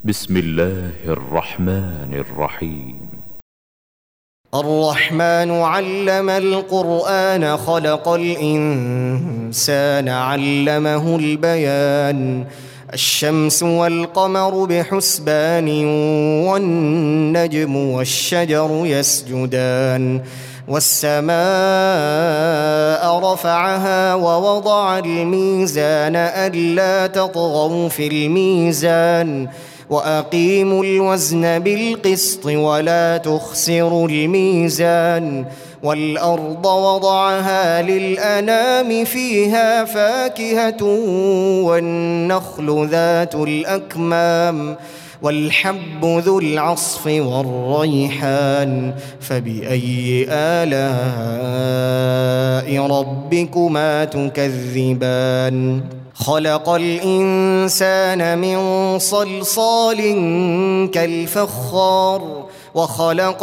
بسم الله الرحمن الرحيم. الرحمن علم القرآن خلق الإنسان علمه البيان. الشمس والقمر بحسبان والنجم والشجر يسجدان. والسماء رفعها ووضع الميزان ألا تطغوا في الميزان وأقيموا الوزن بالقسط ولا تخسروا الميزان. والأرض وضعها للأنام فيها فاكهة والنخل ذات الأكمام والحب ذو العصف والريحان. فبأي آلاء ربكما تكذبان؟ خلق الإنسان من صلصال كالفخار وخلق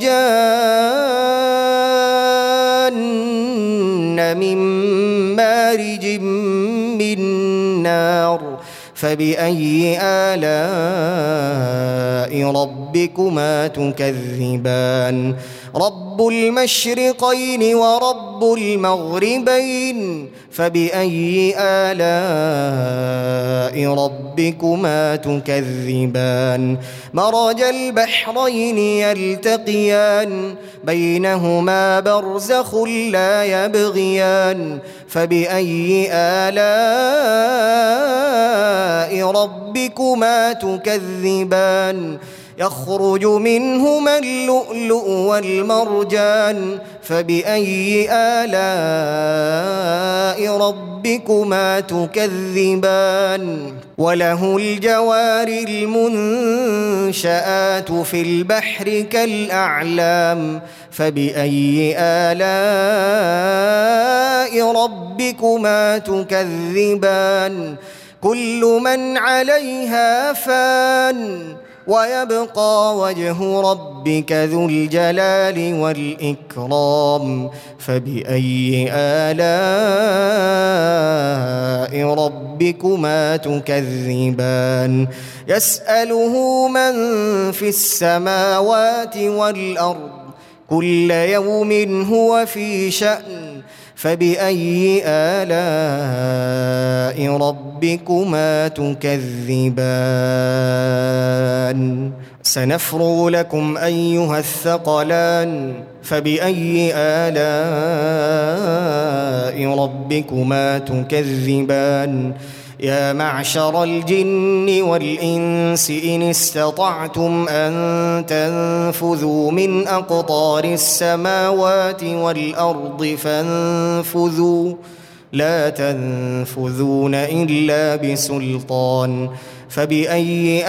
الجان من مارج من نار. فبأي آلاء ربكما تكذبان؟ رب المشرقين ورب المغربين. فبأي آلاء ربكما تكذبان؟ مرج البحرين يلتقيان بينهما برزخ لا يبغيان. فبأي آلاء ربكما تكذبان؟ يخرج منهما اللؤلؤ والمرجان. فبأي آلاء ربكما تكذبان؟ وله الجوار المنشآت في البحر كالأعلام. فبأي آلاء ربكما تكذبان؟ كل من عليها فان ويبقى وجه ربك ذو الجلال والإكرام. فبأي آلاء ربكما تكذبان؟ يسأله من في السماوات والأرض كل يوم هو في شأن. فبأي آلاء ربكما تكذبان؟ سنفرغ لكم أيها الثقلان. فبأي آلاء ربكما تكذبان؟ يا معشر الجن والإنس إن استطعتم أن تنفذوا من أقطار السماوات والأرض فانفذوا لا تنفذون إلا بسلطان. فبأي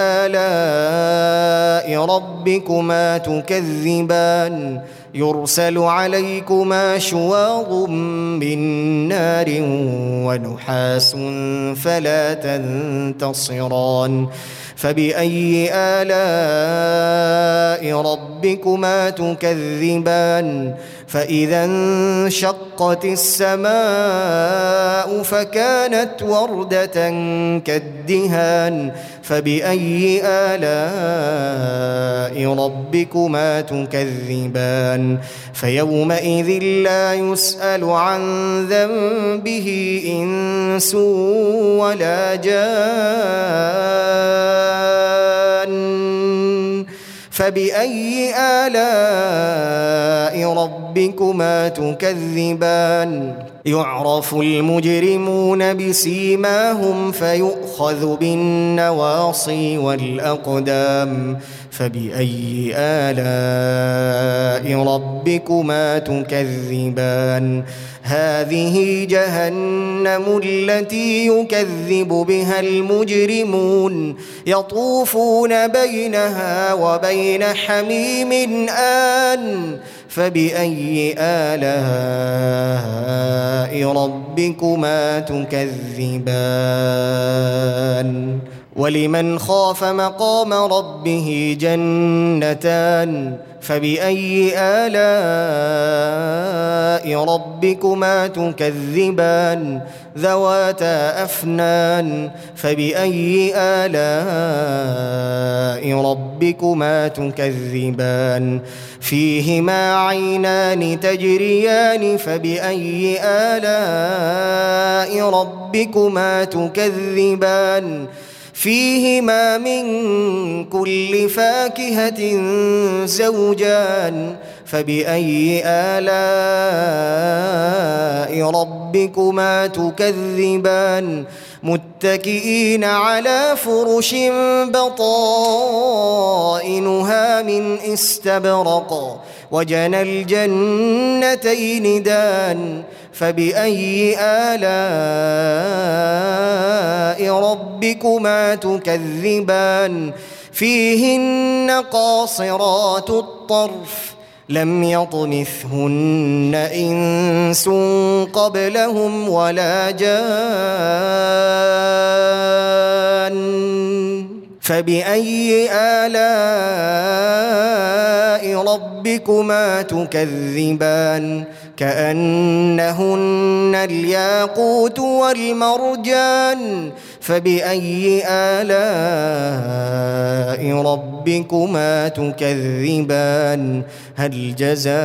آلاء ربكما تكذبان؟ يرسل عليكما شواظ من نار ونحاس فلا تنتصران. فبأي آلاء ربكما تكذبان؟ فإذا انشقت السماء فكانت وردة كالدهان. فبأي آلاء ربكما تكذبان؟ فيومئذ لا يسأل عن ذنبه إنس ولا جان. فبأي آلاء ربكما تكذبان؟ يعرف المجرمون بسيماهم فيؤخذ بالنواصي والأقدام. فبأي آلاء ربكما تكذبان؟ هذه جهنم التي يكذب بها المجرمون يطوفون بينها وبين حميم آن. فبأي آلاء ربكما تكذبان؟ ولمن خاف مقام ربه جنتان. فبأي آلاء ربكما تكذبان؟ ذواتا أفنان. فبأي آلاء ربكما تكذبان فيهما عينان تجريان فبأي آلاء ربكما تكذبان فيهما من كل فاكهة زوجان فبأي آلاء ربكما تكذبان متكئين على فرش بطائنها من استبرق وجنى الجنتين دان فبأي آلاء ربكما تكذبان فيهن قاصرات الطرف لم يطمثهن إنس قبلهم ولا جان فبأي آلاء ربكما تكذبان كأنهن الياقوت والمرجان فبأي آلاء ربكما تكذبان هل جزاء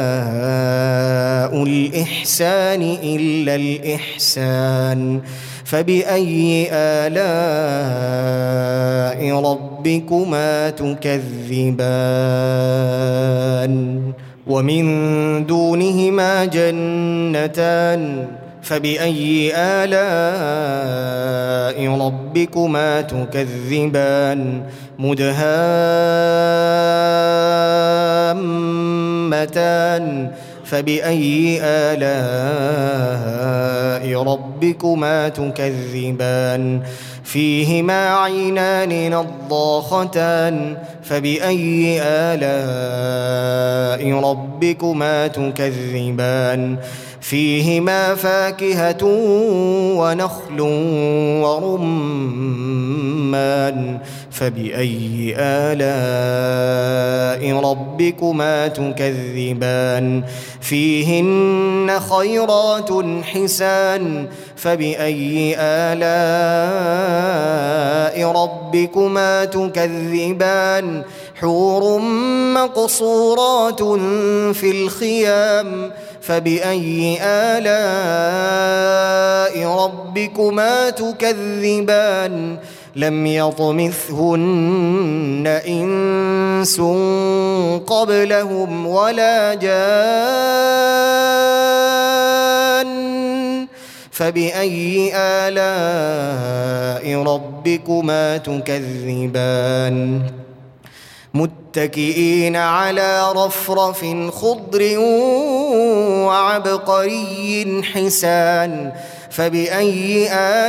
الإحسان إلا الإحسان فبأي آلاء ربكما تكذبان ومن دونهما جنتان فبأي آلاء ربكما تكذبان مدهامتان فبأي آلاء ربكما تكذبان فيهما عينان نضاختان فبأي آلاء ربكما تكذبان فيهما فاكهة ونخل ورمان فبأي آلاء ربكما تكذبان فيهن خيرات حسان فبأي آلاء ربكما تكذبان حور مقصورات في الخيام فبأي آلاء ربكما تكذبان لم يطمثهن إنس قبلهم ولا جان فبأي آلاء ربكما تكذبان متكئين على رفرف خضر وعبقري حسان فبأي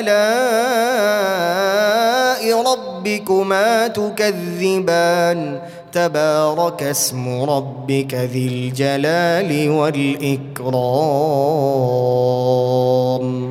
آلاء ربكما تكذبان تبارك اسم ربك ذي الجلال والإكرام